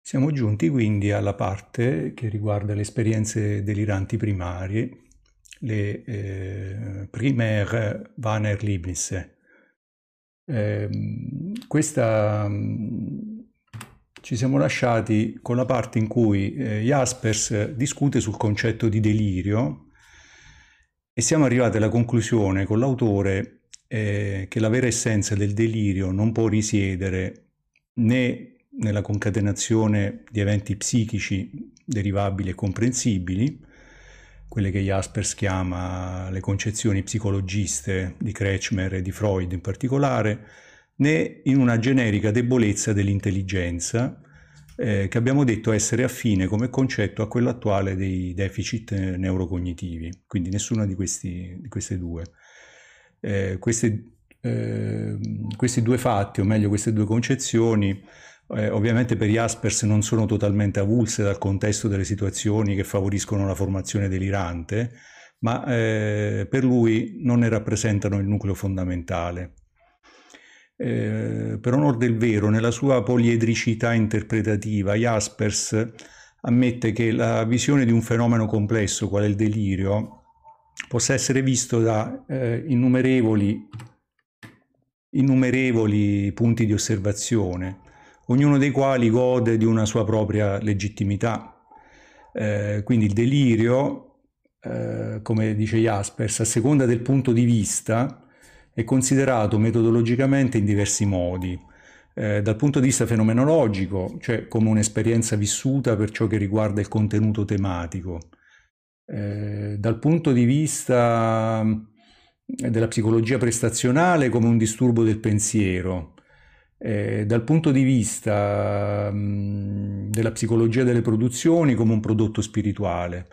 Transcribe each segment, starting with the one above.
Siamo giunti quindi alla parte che riguarda le esperienze deliranti primarie, le primaire Wahrnehmnisse. Questa ci siamo lasciati con la parte in cui Jaspers discute sul concetto di delirio e siamo arrivati alla conclusione con l'autore che la vera essenza del delirio non può risiedere né nella concatenazione di eventi psichici derivabili e comprensibili, quelle che Jaspers chiama le concezioni psicologiste di Kretschmer e di Freud in particolare, né in una generica debolezza dell'intelligenza, che abbiamo detto essere affine come concetto a quello attuale dei deficit neurocognitivi, quindi nessuna di queste due. Questi due fatti, o meglio queste due concezioni, ovviamente per Jaspers non sono totalmente avulse dal contesto delle situazioni che favoriscono la formazione delirante, ma per lui non ne rappresentano il nucleo fondamentale. Per onor del vero, nella sua poliedricità interpretativa, Jaspers ammette che la visione di un fenomeno complesso, quale il delirio, possa essere visto da innumerevoli punti di osservazione, ognuno dei quali gode di una sua propria legittimità. Quindi il delirio, come dice Jaspers, a seconda del punto di vista, è considerato metodologicamente in diversi modi. Dal punto di vista fenomenologico, cioè come un'esperienza vissuta per ciò che riguarda il contenuto tematico. Dal punto di vista della psicologia prestazionale come un disturbo del pensiero, dal punto di vista della psicologia delle produzioni come un prodotto spirituale,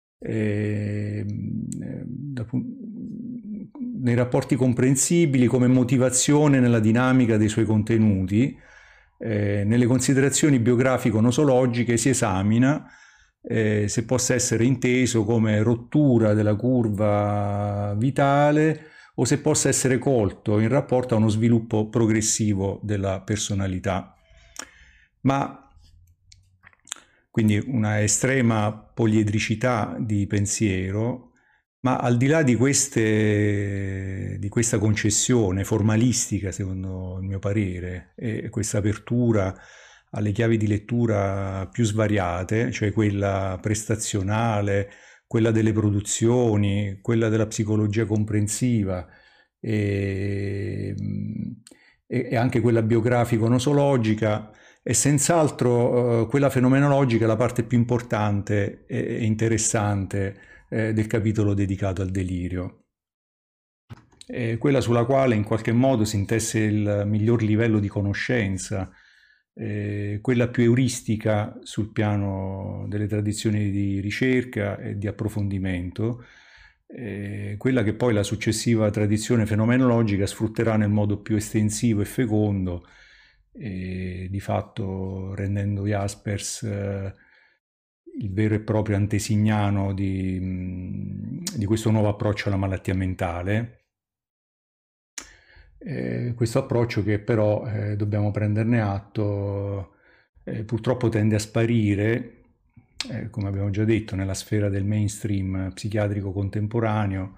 nei rapporti comprensibili come motivazione nella dinamica dei suoi contenuti, nelle considerazioni biografico-nosologiche si esamina se possa essere inteso come rottura della curva vitale o se possa essere colto in rapporto a uno sviluppo progressivo della personalità. Ma quindi una estrema poliedricità di pensiero, ma al di là di questa concessione formalistica, secondo il mio parere, e questa apertura alle chiavi di lettura più svariate, cioè quella prestazionale, quella delle produzioni, quella della psicologia comprensiva e anche quella biografico-nosologica, è senz'altro quella fenomenologica la parte più importante e interessante del capitolo dedicato al delirio. Quella sulla quale in qualche modo si intesse il miglior livello di conoscenza, quella più euristica sul piano delle tradizioni di ricerca e di approfondimento, quella che poi la successiva tradizione fenomenologica sfrutterà nel modo più estensivo e fecondo, di fatto rendendo Jaspers il vero e proprio antesignano di questo nuovo approccio alla malattia mentale. Questo approccio che però dobbiamo prenderne atto, purtroppo tende a sparire, come abbiamo già detto, nella sfera del mainstream psichiatrico contemporaneo,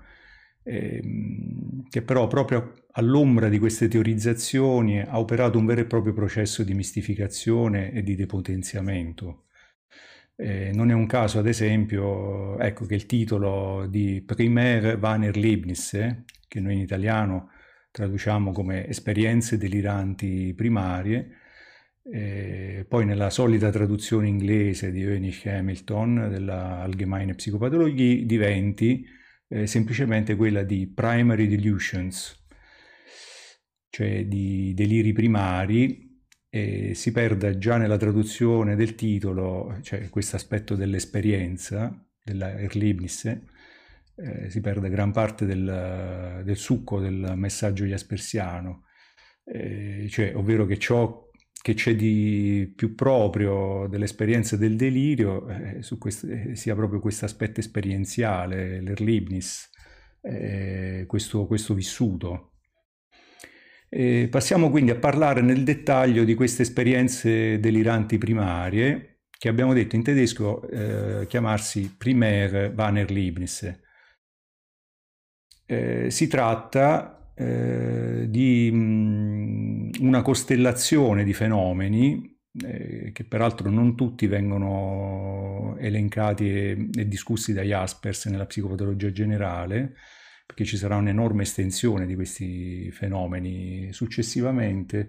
che però proprio all'ombra di queste teorizzazioni ha operato un vero e proprio processo di mistificazione e di depotenziamento. Non è un caso, ad esempio, ecco, che il titolo di Primaire Wahrnehmnisse, che noi in italiano traduciamo come esperienze deliranti primarie, poi nella solita traduzione inglese di Heinrich Hamilton della Allgemeine Psychopathologie diventi semplicemente quella di Primary Delusions, cioè di deliri primari, e si perde già nella traduzione del titolo, cioè questo aspetto dell'esperienza, della Erlebnisse, si perde gran parte del succo del messaggio jaspersiano, cioè, ovvero che ciò che c'è di più proprio dell'esperienza del delirio sia proprio questo aspetto esperienziale, l'Erlebnis, questo vissuto. Passiamo quindi a parlare nel dettaglio di queste esperienze deliranti primarie, che abbiamo detto in tedesco chiamarsi Primäre Wahrnehmnisse. Si tratta di una costellazione di fenomeni che peraltro non tutti vengono elencati e discussi da Jaspers nella psicopatologia generale, perché ci sarà un'enorme estensione di questi fenomeni successivamente.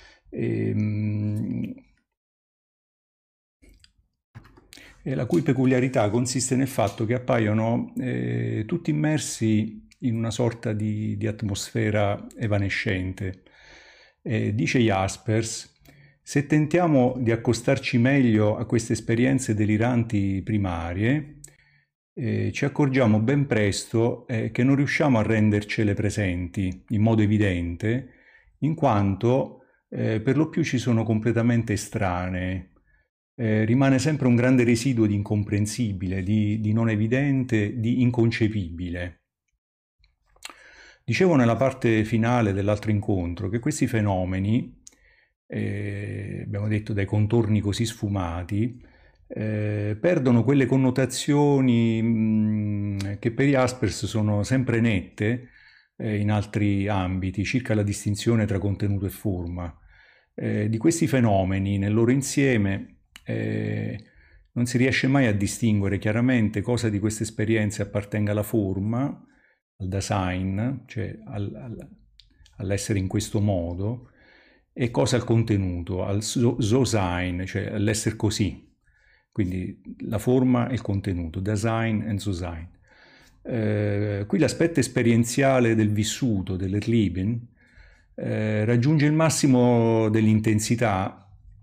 E la cui peculiarità consiste nel fatto che appaiono tutti immersi in una sorta di atmosfera evanescente. Dice Jaspers, se tentiamo di accostarci meglio a queste esperienze deliranti primarie, ci accorgiamo ben presto che non riusciamo a rendercele presenti in modo evidente, in quanto per lo più ci sono completamente estranee. Rimane sempre un grande residuo di incomprensibile, di non evidente, di inconcepibile. Dicevo nella parte finale dell'altro incontro che questi fenomeni, abbiamo detto dai contorni così sfumati, perdono quelle connotazioni che per Jaspers sono sempre nette in altri ambiti, circa la distinzione tra contenuto e forma. Di questi fenomeni nel loro insieme non si riesce mai a distinguere chiaramente cosa di queste esperienze appartenga alla forma, al design, cioè all'essere in questo modo, e cosa al contenuto, al So-Sein, cioè all'essere così. Quindi la forma e il contenuto, Design and So-Sein. Qui l'aspetto esperienziale del vissuto, dell'Erleben, raggiunge il massimo dell'intensità,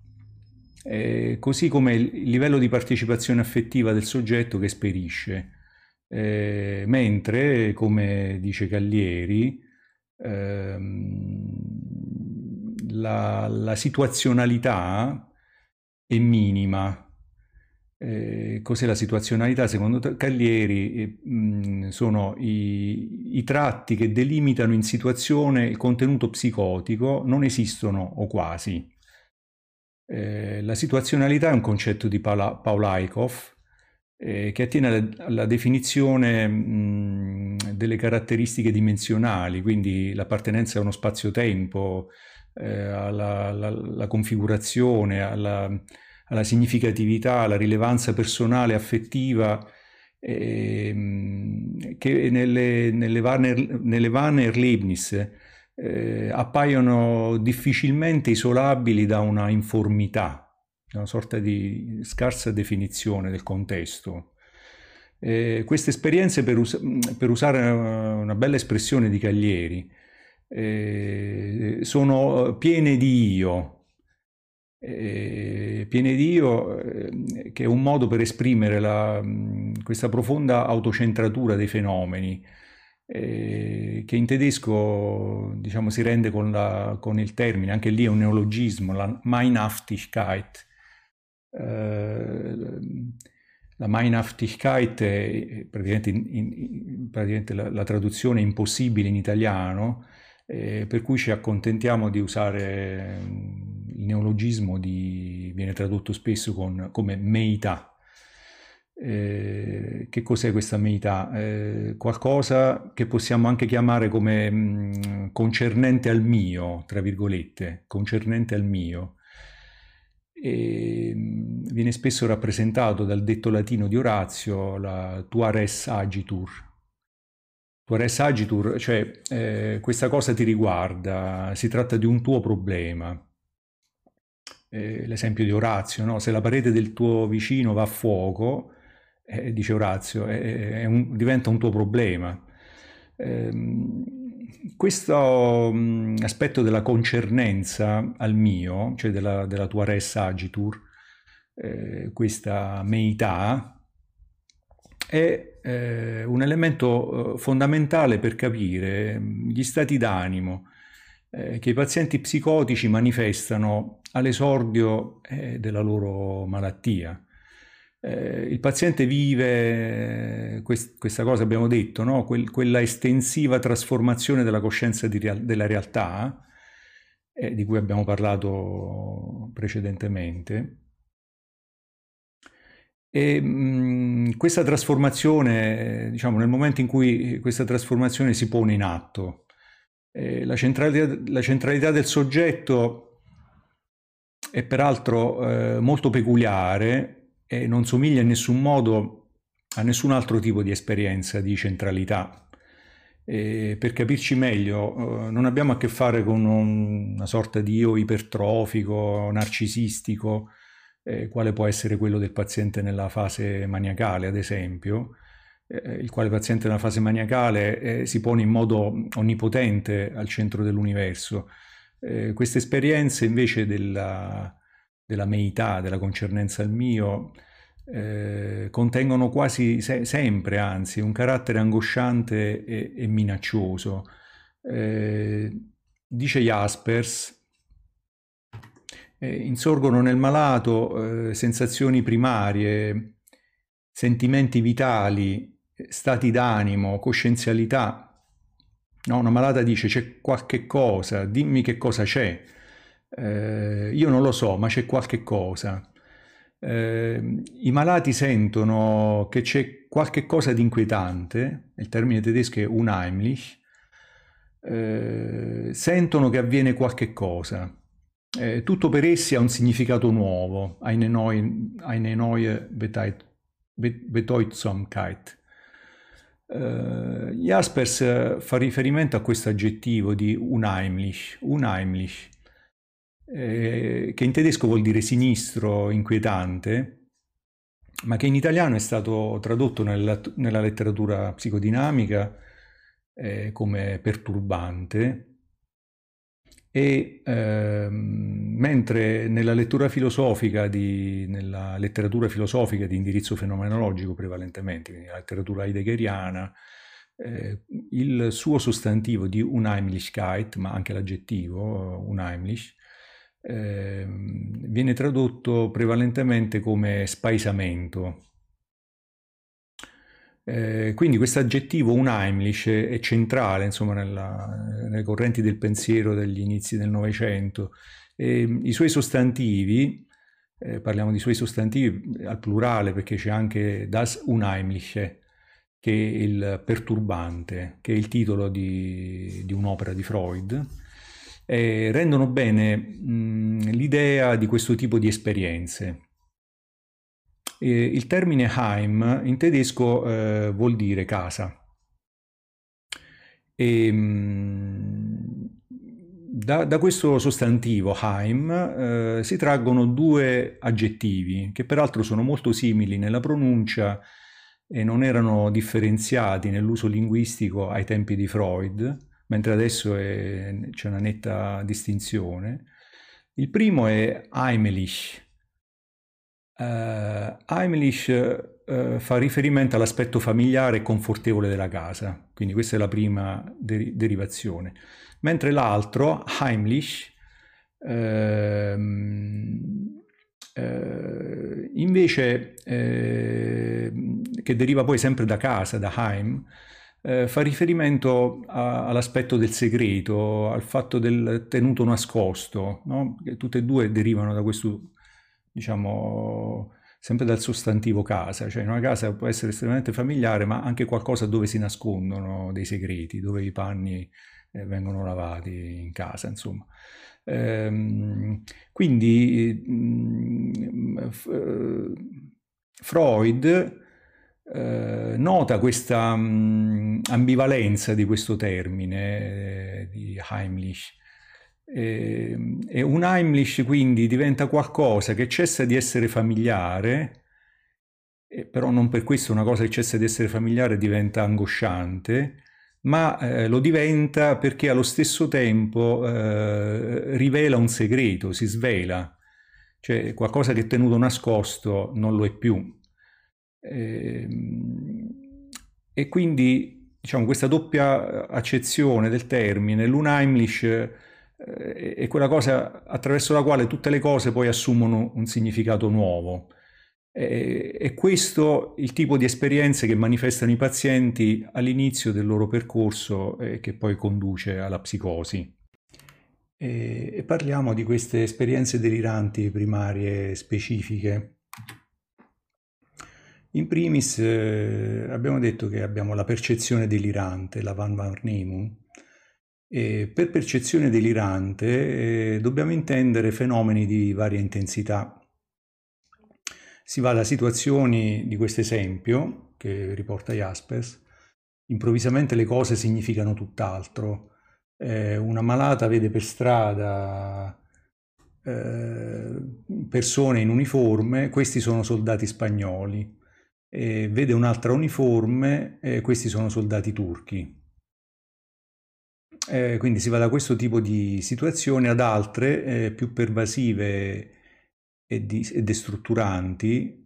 così come il livello di partecipazione affettiva del soggetto che esperisce, mentre, come dice Gallieri, la situazionalità è minima. Cos'è la situazionalità? Secondo Gallieri sono i tratti che delimitano in situazione il contenuto psicotico, non esistono o quasi. La situazionalità è un concetto di Paulaikov che attiene alla definizione delle caratteristiche dimensionali, quindi l'appartenenza a uno spazio-tempo, alla configurazione, alla significatività, alla rilevanza personale, affettiva, che nelle Wahrnehmnisse appaiono difficilmente isolabili da una informità, una sorta di scarsa definizione del contesto. Queste esperienze, per usare una bella espressione di Caglieri, sono piene di io, che è un modo per esprimere questa profonda autocentratura dei fenomeni, che in tedesco diciamo, si rende con il termine, anche lì è un neologismo, la Meinhaftigkeit. La Meinhaftigkeit è praticamente la traduzione impossibile in italiano, per cui ci accontentiamo di usare il neologismo, viene tradotto spesso come meità. Che cos'è questa meità? Qualcosa che possiamo anche chiamare come concernente al mio, tra virgolette, concernente al mio. Viene spesso rappresentato dal detto latino di Orazio, la tua res agitur. Tua res agitur, cioè questa cosa ti riguarda, si tratta di un tuo problema. L'esempio di Orazio, no? Se la parete del tuo vicino va a fuoco, dice Orazio, diventa un tuo problema. Questo aspetto della concernenza al mio, cioè della tua res agitur, questa meità, è un elemento fondamentale per capire gli stati d'animo che i pazienti psicotici manifestano all'esordio della loro malattia. Il paziente vive questa cosa, abbiamo detto, no? Quella estensiva trasformazione della coscienza della realtà, di cui abbiamo parlato precedentemente. E questa trasformazione, diciamo, nel momento in cui questa trasformazione si pone in atto, la centralità del soggetto è peraltro molto peculiare e non somiglia in nessun modo a nessun altro tipo di esperienza di centralità. Per capirci meglio, non abbiamo a che fare con una sorta di io ipertrofico, narcisistico, quale può essere quello del paziente nella fase maniacale, ad esempio, il quale paziente nella fase maniacale si pone in modo onnipotente al centro dell'universo. Queste esperienze invece della meità, della concernenza al mio, contengono quasi sempre, anzi, un carattere angosciante e minaccioso. Dice Jaspers, insorgono nel malato sensazioni primarie, sentimenti vitali, stati d'animo, coscienzialità. No, una malata dice c'è qualche cosa, dimmi che cosa c'è. Io non lo so, ma c'è qualche cosa. I malati sentono che c'è qualche cosa di inquietante, il termine tedesco è unheimlich, sentono che avviene qualche cosa. Tutto per essi ha un significato nuovo, eine neue Bedeutsamkeit. Jaspers fa riferimento a questo aggettivo di unheimlich, unheimlich, che in tedesco vuol dire sinistro, inquietante, ma che in italiano è stato tradotto nella letteratura psicodinamica come perturbante, e mentre nella nella letteratura filosofica di indirizzo fenomenologico prevalentemente, quindi la letteratura heideggeriana, il suo sostantivo di Unheimlichkeit, ma anche l'aggettivo Unheimlich, viene tradotto prevalentemente come spaesamento. Quindi questo aggettivo unheimlich è centrale, insomma, nelle correnti del pensiero degli inizi del Novecento. I suoi sostantivi, parliamo di suoi sostantivi al plurale perché c'è anche das Unheimliche, che è il perturbante, che è il titolo di un'opera di Freud, rendono bene l'idea di questo tipo di esperienze. Il termine Heim in tedesco vuol dire casa. Da questo sostantivo Heim si traggono due aggettivi che peraltro sono molto simili nella pronuncia e non erano differenziati nell'uso linguistico ai tempi di Freud, mentre adesso c'è una netta distinzione. Il primo è Heimlich. Heimlich fa riferimento all'aspetto familiare e confortevole della casa, quindi questa è la prima derivazione, mentre l'altro, Heimlich, invece, che deriva poi sempre da casa, da Heim, fa riferimento all'aspetto del segreto, al fatto del tenuto nascosto, no? Tutte e due derivano da questo, diciamo, sempre dal sostantivo casa, cioè una casa può essere estremamente familiare, ma anche qualcosa dove si nascondono dei segreti, dove i panni vengono lavati in casa, insomma. Quindi Freud nota questa ambivalenza di questo termine di Heimlich. E un Heimlich quindi diventa qualcosa che cessa di essere familiare, però non per questo una cosa che cessa di essere familiare diventa angosciante, ma lo diventa perché allo stesso tempo rivela un segreto, si svela, cioè qualcosa che è tenuto nascosto non lo è più. E quindi, diciamo, questa doppia accezione del termine, l'Unheimlich è quella cosa attraverso la quale tutte le cose poi assumono un significato nuovo. È questo il tipo di esperienze che manifestano i pazienti all'inizio del loro percorso e che poi conduce alla psicosi. e parliamo di queste esperienze deliranti primarie specifiche. In primis abbiamo detto che abbiamo la percezione delirante, la Van Waarneming, e per percezione delirante dobbiamo intendere fenomeni di varia intensità. Si va da situazioni di questo esempio, che riporta Jaspers: improvvisamente le cose significano tutt'altro. Una malata vede per strada persone in uniforme, questi sono soldati spagnoli, vede un'altra uniforme, questi sono soldati turchi. Quindi si va da questo tipo di situazioni ad altre più pervasive e destrutturanti,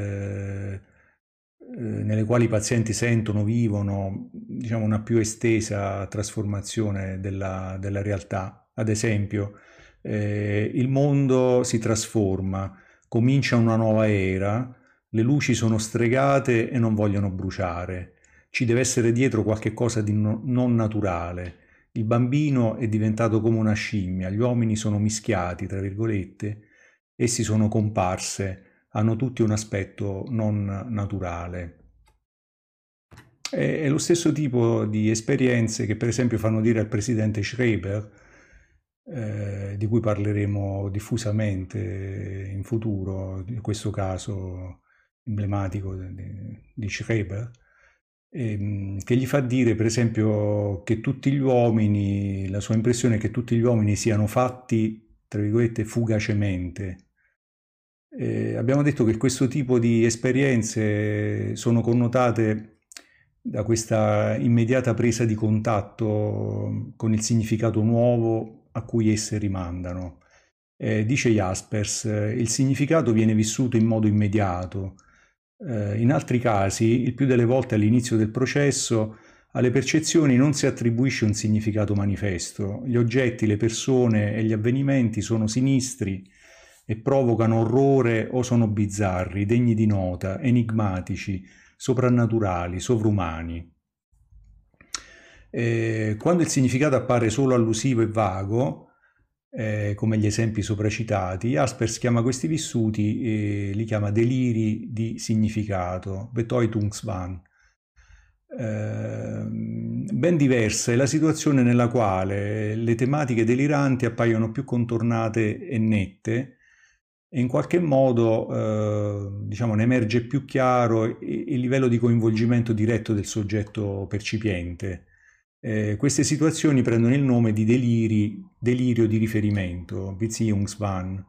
nelle quali i pazienti sentono, vivono, diciamo, una più estesa trasformazione della realtà. Ad esempio, il mondo si trasforma, comincia una nuova era, le luci sono stregate e non vogliono bruciare. Ci deve essere dietro qualche cosa di non naturale. Il bambino è diventato come una scimmia, gli uomini sono mischiati, tra virgolette, essi sono comparse, hanno tutti un aspetto non naturale. È lo stesso tipo di esperienze che per esempio fanno dire al presidente Schreiber, di cui parleremo diffusamente in futuro, in questo caso emblematico di Schreiber, che gli fa dire per esempio che tutti gli uomini, la sua impressione è che tutti gli uomini siano fatti, tra virgolette, fugacemente. Abbiamo detto che questo tipo di esperienze sono connotate da questa immediata presa di contatto con il significato nuovo a cui esse rimandano. Dice Jaspers, il significato viene vissuto in modo immediato. In altri casi, il più delle volte all'inizio del processo, alle percezioni non si attribuisce un significato manifesto. Gli oggetti, le persone e gli avvenimenti sono sinistri e provocano orrore o sono bizzarri, degni di nota, enigmatici, soprannaturali, sovrumani. Quando il significato appare solo allusivo e vago, come gli esempi sopracitati, Jaspers chiama questi vissuti, li chiama deliri di significato, Bedeutungswahn. Ben diversa è la situazione nella quale le tematiche deliranti appaiono più contornate e nette, e in qualche modo diciamo, ne emerge più chiaro il livello di coinvolgimento diretto del soggetto percipiente. Queste situazioni prendono il nome di delirio di riferimento, Beziehungswahn,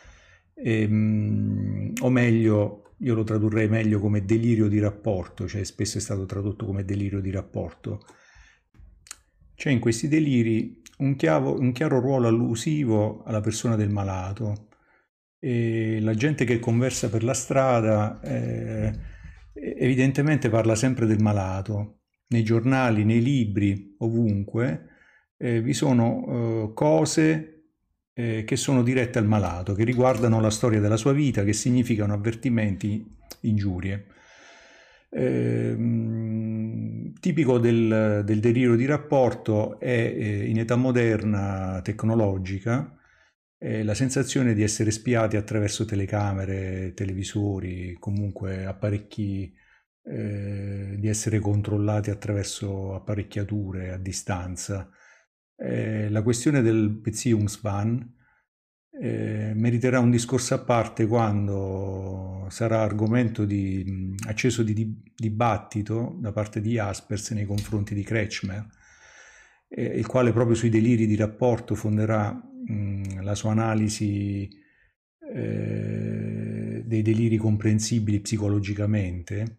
o meglio, io lo tradurrei meglio come delirio di rapporto, cioè spesso è stato tradotto come delirio di rapporto. C'è in questi deliri un chiaro ruolo allusivo alla persona del malato, e la gente che conversa per la strada evidentemente parla sempre del malato. Nei giornali, nei libri, ovunque vi sono cose che sono dirette al malato, che riguardano la storia della sua vita, che significano avvertimenti, ingiurie. Tipico del delirio di rapporto è in età moderna tecnologica la sensazione di essere spiati attraverso telecamere, televisori, comunque apparecchi, di essere controllati attraverso apparecchiature a distanza. La questione del Beziehungswahn meriterà un discorso a parte quando sarà argomento di acceso di dibattito da parte di Jaspers nei confronti di Kretschmer, il quale proprio sui deliri di rapporto fonderà la sua analisi dei deliri comprensibili psicologicamente,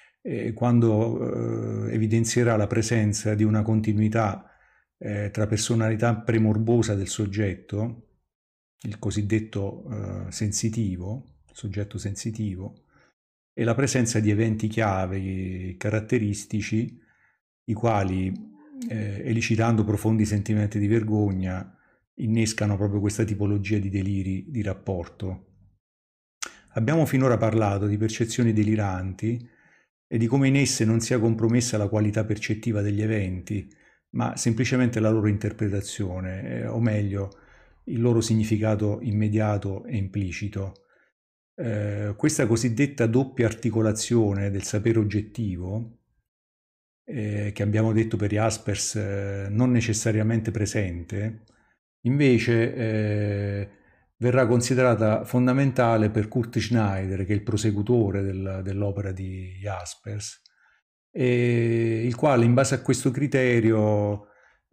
quando evidenzierà la presenza di una continuità tra personalità premorbosa del soggetto, il cosiddetto sensitivo, soggetto sensitivo, e la presenza di eventi chiave caratteristici, i quali, elicitando profondi sentimenti di vergogna, innescano proprio questa tipologia di deliri di rapporto. Abbiamo finora parlato di percezioni deliranti e di come in esse non sia compromessa la qualità percettiva degli eventi, ma semplicemente la loro interpretazione, o meglio, il loro significato immediato e implicito. Questa cosiddetta doppia articolazione del sapere oggettivo, che abbiamo detto per Jaspers non necessariamente presente, invece verrà considerata fondamentale per Kurt Schneider, che è il prosecutore dell'opera di Jaspers, e il quale in base a questo criterio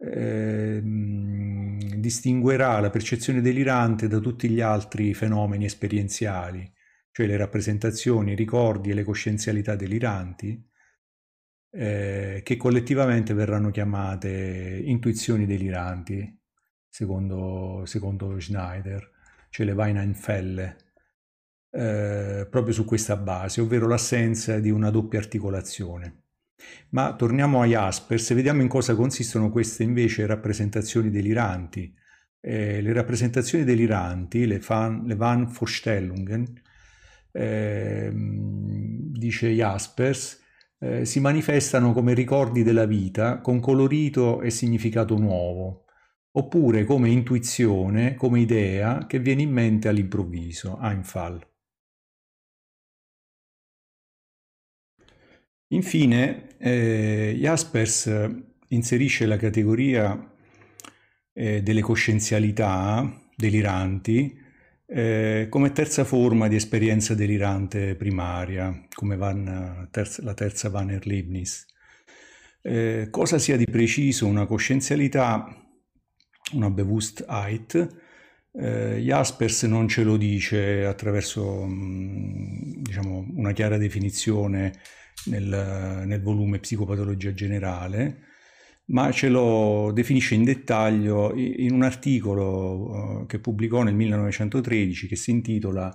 distinguerà la percezione delirante da tutti gli altri fenomeni esperienziali, cioè le rappresentazioni, i ricordi e le coscienzialità deliranti, che collettivamente verranno chiamate intuizioni deliranti, secondo Schneider, cioè le Weinheim-Fälle, proprio su questa base, ovvero l'assenza di una doppia articolazione. Ma torniamo a Jaspers e vediamo in cosa consistono queste invece rappresentazioni deliranti. Le rappresentazioni deliranti, le Wahnvorstellungen, dice Jaspers, si manifestano come ricordi della vita con colorito e significato nuovo, oppure come intuizione, come idea che viene in mente all'improvviso, Einfall. Infine, Jaspers inserisce la categoria delle coscienzialità deliranti come terza forma di esperienza delirante primaria, come la terza Vanner-Leibniz. Cosa sia di preciso una coscienzialità, una Bewusstheit, Jaspers non ce lo dice attraverso diciamo, una chiara definizione nel volume Psicopatologia Generale, ma ce lo definisce in dettaglio in un articolo che pubblicò nel 1913 che si intitola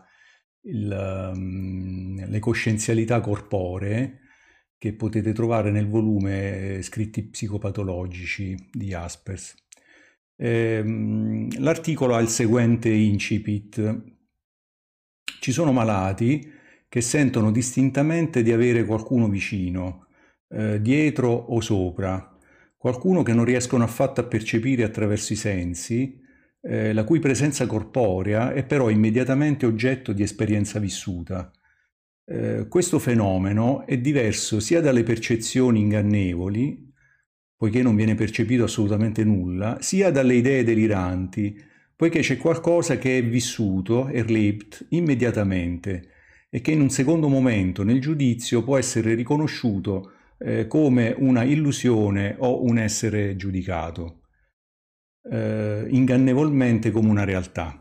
Le coscienzialità corporee, che potete trovare nel volume Scritti psicopatologici di Jaspers. L'articolo ha il seguente incipit: ci sono malati che sentono distintamente di avere qualcuno vicino, dietro o sopra, qualcuno che non riescono affatto a percepire attraverso i sensi, la cui presenza corporea è però immediatamente oggetto di esperienza vissuta. Questo fenomeno è diverso sia dalle percezioni ingannevoli, poiché non viene percepito assolutamente nulla, sia dalle idee deliranti, poiché c'è qualcosa che è vissuto, erlebt, immediatamente e che in un secondo momento nel giudizio può essere riconosciuto come una illusione o un essere giudicato, ingannevolmente come una realtà.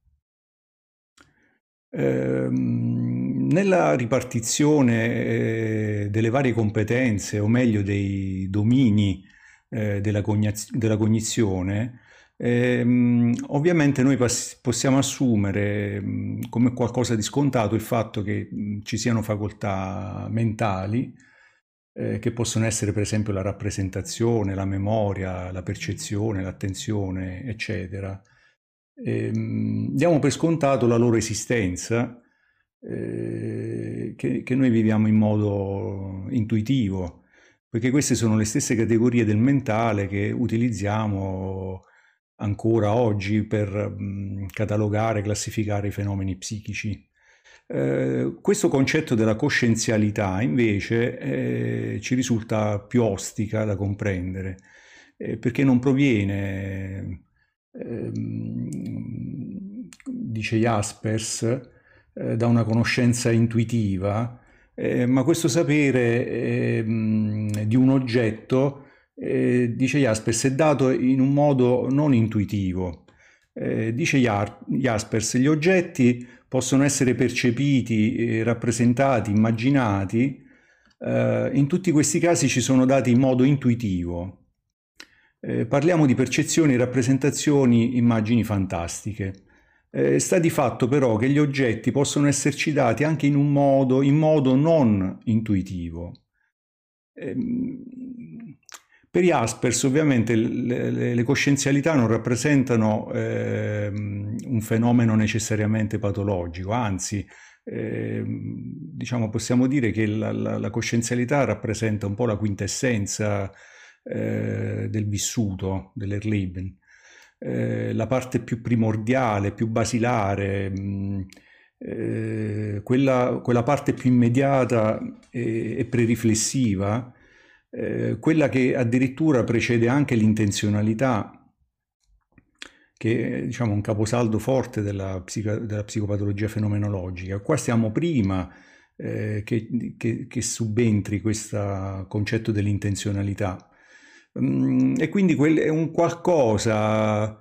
Nella ripartizione delle varie competenze, o meglio dei domini della cognizione, ovviamente noi possiamo assumere come qualcosa di scontato il fatto che ci siano facoltà mentali che possono essere per esempio la rappresentazione, la memoria, la percezione, l'attenzione, eccetera. Diamo per scontato la loro esistenza, che noi viviamo in modo intuitivo, perché queste sono le stesse categorie del mentale che utilizziamo ancora oggi per catalogare, classificare i fenomeni psichici. Questo concetto della coscienzialità invece ci risulta più ostica da comprendere, perché non proviene, dice Jaspers, da una conoscenza intuitiva, ma questo sapere di un oggetto, dice Jaspers, è dato in un modo non intuitivo. Dice Jaspers, gli oggetti possono essere percepiti, rappresentati, immaginati. In tutti questi casi ci sono dati in modo intuitivo. Parliamo di percezioni, rappresentazioni, immagini fantastiche. Sta di fatto però che gli oggetti possono esserci dati anche in modo non intuitivo. Per Jaspers ovviamente le coscienzialità non rappresentano un fenomeno necessariamente patologico, anzi diciamo, possiamo dire che la coscienzialità rappresenta un po' la quintessenza del vissuto, dell'Erleben. La parte più primordiale, più basilare, quella parte più immediata e preriflessiva, quella che addirittura precede anche l'intenzionalità, che è, diciamo, un caposaldo forte della psicopatologia fenomenologica. Qua stiamo prima che subentri questo concetto dell'intenzionalità. E quindi è un qualcosa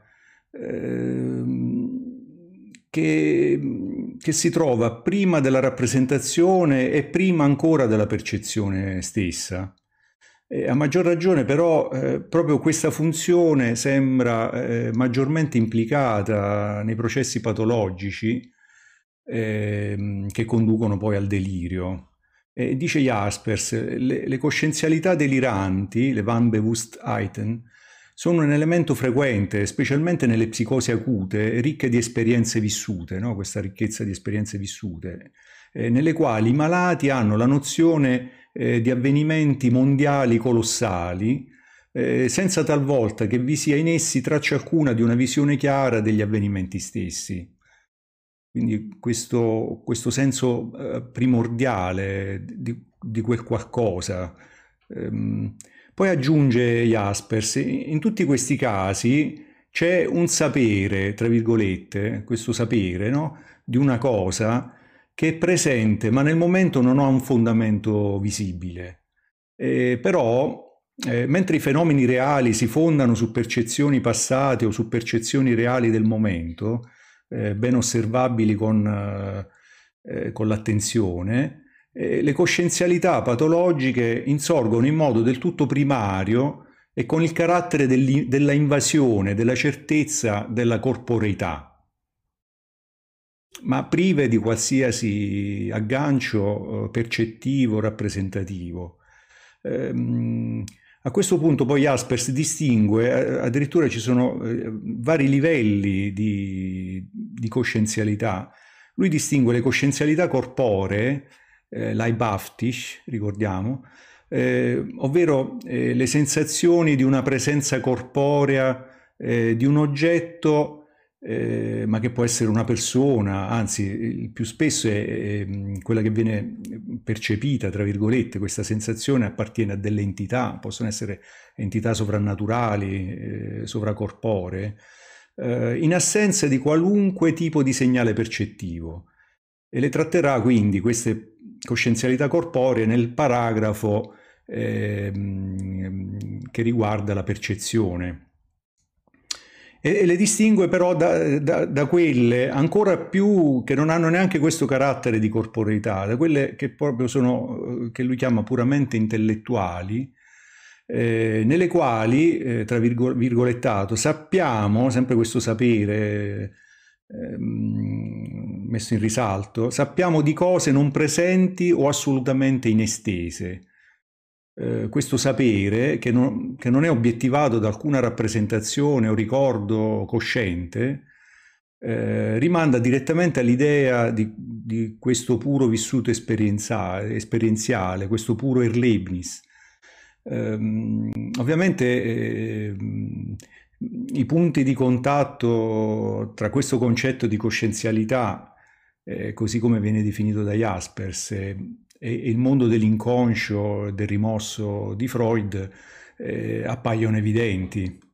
che si trova prima della rappresentazione e prima ancora della percezione stessa. A maggior ragione però proprio questa funzione sembra maggiormente implicata nei processi patologici che conducono poi al delirio. Dice Jaspers, le coscienzialità deliranti, le Wanbewusstheiten, sono un elemento frequente, specialmente nelle psicosi acute, ricche di esperienze vissute, no? Questa ricchezza di esperienze vissute, nelle quali i malati hanno la nozione di avvenimenti mondiali colossali, senza talvolta che vi sia in essi traccia alcuna di una visione chiara degli avvenimenti stessi. Quindi questo senso primordiale di quel qualcosa. Poi aggiunge Jaspers, in tutti questi casi c'è un sapere, tra virgolette, questo sapere, no? Di una cosa che è presente, ma nel momento non ha un fondamento visibile. Però, mentre i fenomeni reali si fondano su percezioni passate o su percezioni reali del momento, ben osservabili con l'attenzione, le coscienzialità patologiche insorgono in modo del tutto primario e con il carattere della invasione, della certezza della corporeità, ma prive di qualsiasi aggancio percettivo, rappresentativo. A questo punto poi Jaspers distingue, addirittura ci sono vari livelli di coscienzialità. Lui distingue le coscienzialità corporee, Leibhaftisch, ricordiamo, ovvero le sensazioni di una presenza corporea di un oggetto, ma che può essere una persona, anzi il più spesso è quella che viene percepita, tra virgolette, questa sensazione appartiene a delle entità, possono essere entità sovrannaturali, sovracorporee, in assenza di qualunque tipo di segnale percettivo. E le tratterà quindi queste coscienzialità corporee nel paragrafo che riguarda la percezione. E le distingue però da quelle ancora più che non hanno neanche questo carattere di corporeità, da quelle che proprio sono, che lui chiama puramente intellettuali, nelle quali, tra virgolettato, sappiamo, sempre questo sapere messo in risalto, sappiamo di cose non presenti o assolutamente inestese. Questo sapere, che non è obiettivato da alcuna rappresentazione o ricordo cosciente, rimanda direttamente all'idea di questo puro vissuto esperienziale, questo puro Erlebnis. Ovviamente i punti di contatto tra questo concetto di coscienzialità, così come viene definito da Jaspers, e il mondo dell'inconscio, del rimosso di Freud, appaiono evidenti.